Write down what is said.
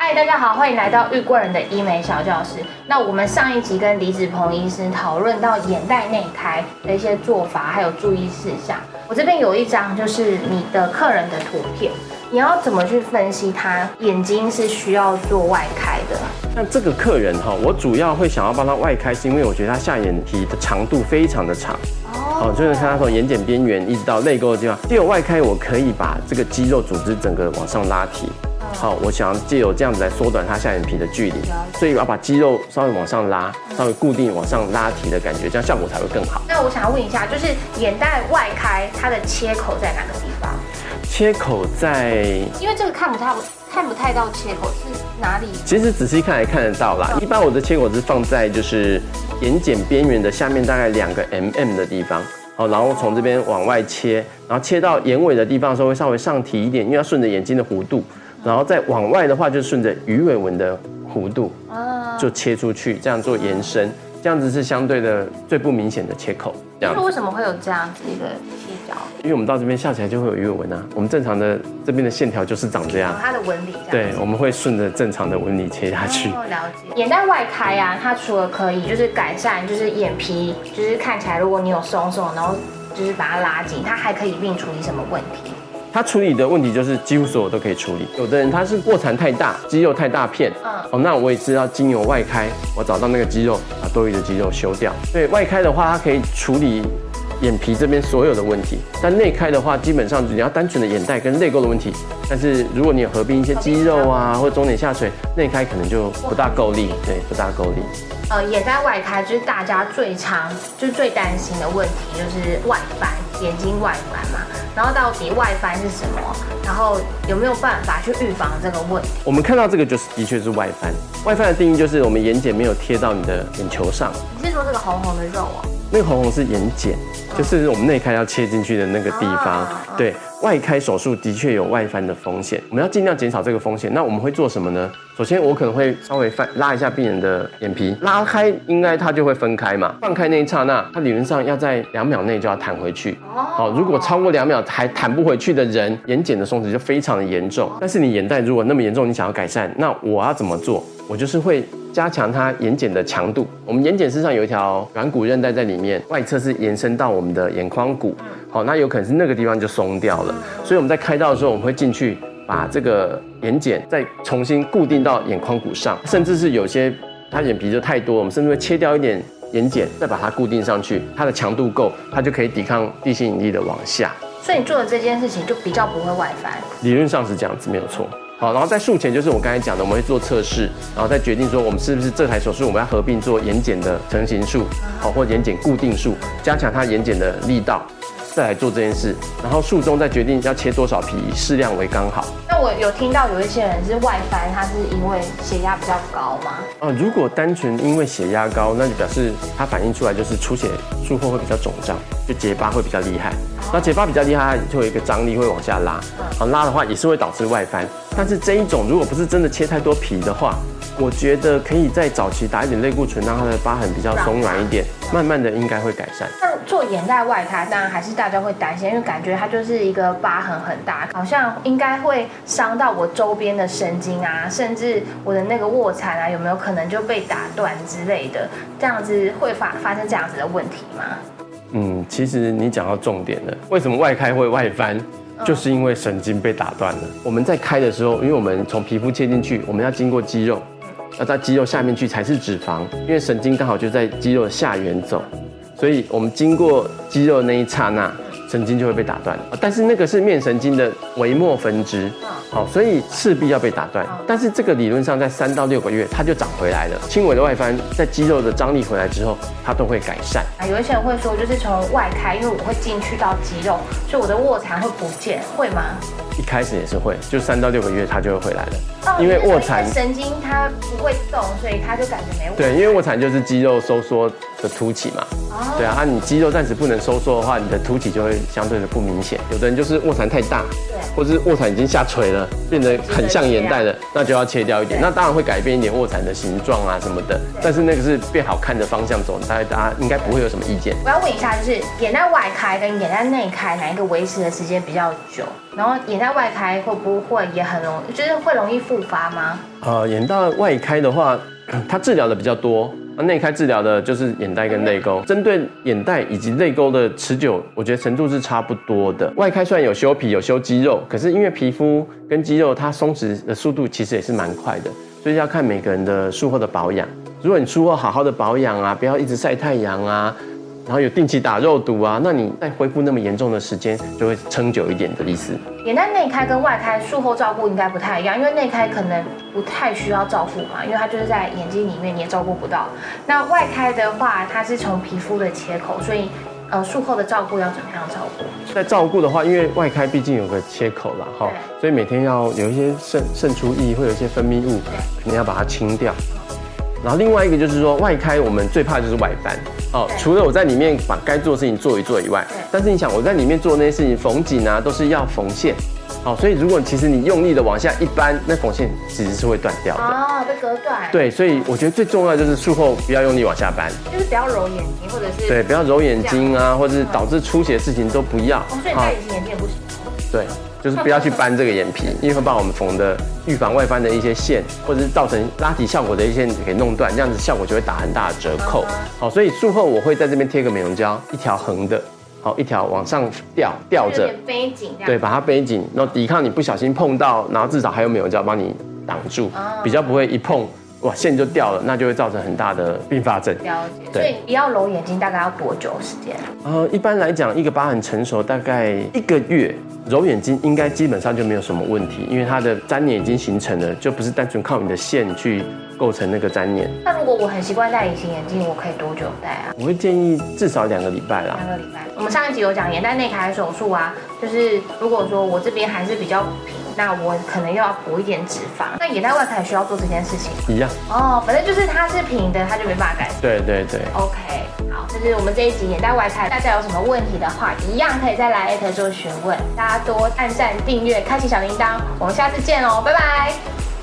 嗨，大家好，欢迎来到玉贵人的医美小教室。那我们上一集跟李子鹏医师讨论到眼袋内开的一些做法，还有注意事项。我这边有一张就是你的客人的图片，你要怎么去分析他眼睛是需要做外开的？ 那这个客人哈，我主要会想要帮他外开，是因为我觉得他下眼皮的长度非常的长。就是看他从眼睑边缘一直到泪沟的地方，借由外开，我可以把这个肌肉组织整个往上拉提。好，我想要借由这样子来缩短他下眼皮的距离，所以我要把肌肉稍微往上拉，稍微固定往上拉提的感觉，这样效果才会更好。 那我想要问一下，就是眼袋外开，它的切口在哪个地方？ 切口在， 因为这个看不太到切口是哪里？ 其实仔细看也看得到啦。一般我的切口是放在就是眼睑边缘的下面大概2个 mm 的地方。好，然后从这边往外切，然后切到眼尾的地方的时候会稍微上提一点，因为要顺着眼睛的弧度。然后再往外的话，就顺着鱼尾纹的弧度，就切出去，这样做延伸，这样子是相对的最不明显的切口。这样子。 为什么会有这样子一个切角？ 因为我们到这边下起来就会有鱼尾纹啊，我们正常的这边的线条就是长这样， 它的纹理这样。 对，我们会顺着正常的纹理切下去。 了解。眼袋外开啊，它除了可以就是改善就是眼皮，就是看起来如果你有松松，然后就是把它拉紧，它还可以并处理什么问题？ 它处理的问题就是几乎所有都可以处理。有的人他是卧蚕太大，肌肉太大片，那我也是要经由外开，我找到那个肌肉，把多余的肌肉修掉。所以外开的话，它可以处理眼皮这边所有的问题，但内开的话，基本上你要单纯的眼袋跟泪沟的问题。但是如果你有合并一些肌肉啊，或者中点下垂，内开可能就不大够力，对，不大够力。 眼袋外开就是大家最担心的问题，就是外翻，眼睛外翻嘛。然后到底外翻是什么？然后有没有办法去预防这个问题？ 我们看到这个就是的确是外翻。外翻的定义就是我们眼睑没有贴到你的眼球上。 你是说这个红红的肉哦？ 那个红红是眼睑，就是我们内开要切进去的那个地方。对，外开手术的确有外翻的风险，我们要尽量减少这个风险。那我们会做什么呢？首先，我可能会稍微拉一下病人的眼皮，拉开应该它就会分开嘛。放开那一刹那，它理论上要在2秒内就要弹回去。好，如果超过2秒还弹不回去的人，眼睑的松弛就非常的严重。但是你眼袋如果那么严重，你想要改善，那我要怎么做？我就是会加强它眼睑的强度。我们眼睑身上有一条软骨韧带在里面，外侧是延伸到我们的眼眶骨。好，那有可能是那个地方就松掉了，所以我们在开刀的时候，我们会进去把这个眼睑再重新固定到眼眶骨上，甚至是有些它眼皮就太多，我们甚至会切掉一点眼睑，再把它固定上去，它的强度够，它就可以抵抗地心引力的往下。 所以你做的这件事情就比较不会外翻。 理论上是这样子，没有错。好，然后在术前就是我刚才讲的，我们会做测试，然后再决定说我们是不是这台手术我们要合并做眼睑的成型术，好，或眼睑固定术，加强它眼睑的力道，再来做这件事。然后术中再决定要切多少皮，以适量为刚好。那我有听到有一些人是外翻，他是因为血压比较高吗？ 如果单纯因为血压高，那就表示它反映出来就是出血术后会比较肿胀，就结疤会比较厉害。那结疤比较厉害，它就有一个张力会往下拉，好，拉的话也是会导致外翻。但是这一种如果不是真的切太多皮的话，我觉得可以在早期打一点类固醇，让它的疤痕比较松软一点，慢慢的应该会改善。 那做眼袋外开，当然还是大家会担心，因为感觉它就是一个疤痕很大，好像应该会伤到我周边的神经啊，甚至我的那个卧蚕啊，有没有可能就被打断之类的？这样子会发生这样子的问题吗？ 其实你讲到重点了，为什么外开会外翻？就是因为神经被打断了。我们在开的时候，因为我们从皮肤切进去，我们要经过肌肉，要在肌肉下面去才是脂肪，因为神经刚好就在肌肉的下缘走，所以我们经过肌肉的那一刹那，神经就会被打断。但是那个是面神经的微末分支，好，所以势必要被打断。但是这个理论上在3到6个月它就长回来了。轻微的外翻，在肌肉的张力回来之后，它都会改善。 有一些人会说，就是从外开，因为我会进去到肌肉，所以我的卧蚕会不见，会吗？ 一开始也是会，就3到6个月它就会回来了。因为卧蚕神经它不会动，所以它就感觉没问题。 对，因为卧蚕就是肌肉收缩的凸起嘛。对啊，你肌肉暂时不能收缩的话，你的凸起就会相对的不明显。有的人就是卧蚕太大，对，或者是卧蚕已经下垂了， 的，变得很像眼袋的，那就要切掉一点。那当然会改变一点卧蚕的形状啊什么的，但是那个是变好看的方向走，大家应该不会有什么意见。 我要问一下，就是眼袋外开跟眼袋内开哪一个维持的时间比较久？然后眼袋外开会不会也很容易，就是会容易复发吗？ 眼袋外开的话，它治疗的比较多。内开治疗的就是眼袋跟泪沟，针对眼袋以及泪沟的持久，我觉得程度是差不多的。外开虽然有修皮有修肌肉，可是因为皮肤跟肌肉它松弛的速度其实也是蛮快的，所以要看每个人的术后的保养。如果你术后好好的保养啊，不要一直晒太阳啊，然后有定期打肉毒啊，那你在恢复那么严重的时间就会撑久一点的意思。 眼袋内开跟外开术后照顾应该不太一样，因为内开可能不太需要照顾嘛，因为它就是在眼睛里面，你也照顾不到。那外开的话，它是从皮肤的切口，所以术后的照顾要怎么样照顾？ 在照顾的话，因为外开毕竟有个切口啦，哈，所以每天要有一些渗出液，会有一些分泌物，肯定要把它清掉。然后另外一个就是说，外开我们最怕就是外翻哦。除了我在里面把该做的事情做一做以外，但是你想我在里面做那些事情，缝紧啊，都是要缝线，好，所以如果其实你用力的往下一扳，那缝线其实是会断掉的哦，被割断。 对，所以我觉得最重要的就是术后不要用力往下扳， 就是不要揉眼睛，或者是对，不要揉眼睛啊，或者是导致出血的事情都不要。 哦，所以戴隐形眼镜也不行。 对。就是不要去扳这个眼皮，因为会把我们缝的预防外翻的一些线，或者是造成拉提效果的一些给弄断，这样子效果就会打很大的折扣。好，所以术后我会在这边贴个美容胶，一条横的，好，一条往上吊着， 背紧， 对，把它背紧，然后抵抗你不小心碰到，然后至少还有美容胶帮你挡住，比较不会一碰。哇，线就掉了，那就会造成很大的并发症。 了解，所以不要揉眼睛大概要多久时间？ 一般来讲，一个疤痕成熟大概1个月，揉眼睛应该基本上就没有什么问题，因为它的粘连已经形成了，就不是单纯靠你的线去构成那个粘连。 那如果我很习惯戴隐形眼镜，我可以多久戴啊？ 我会建议至少2个礼拜啦。 2个礼拜。我们上一集有讲眼袋内开手术啊，就是如果说我这边还是比较平，那我可能又要补一点脂肪。那眼袋外开也需要做这件事情一样哦，反正就是它是平的，它就没办法改。 对对对。 OK， 好，这是我们这一集眼袋外开。大家有什么问题的话，一样可以再来@做询问。大家多按赞、订阅、开启小铃铛。我们下次见哦，拜拜。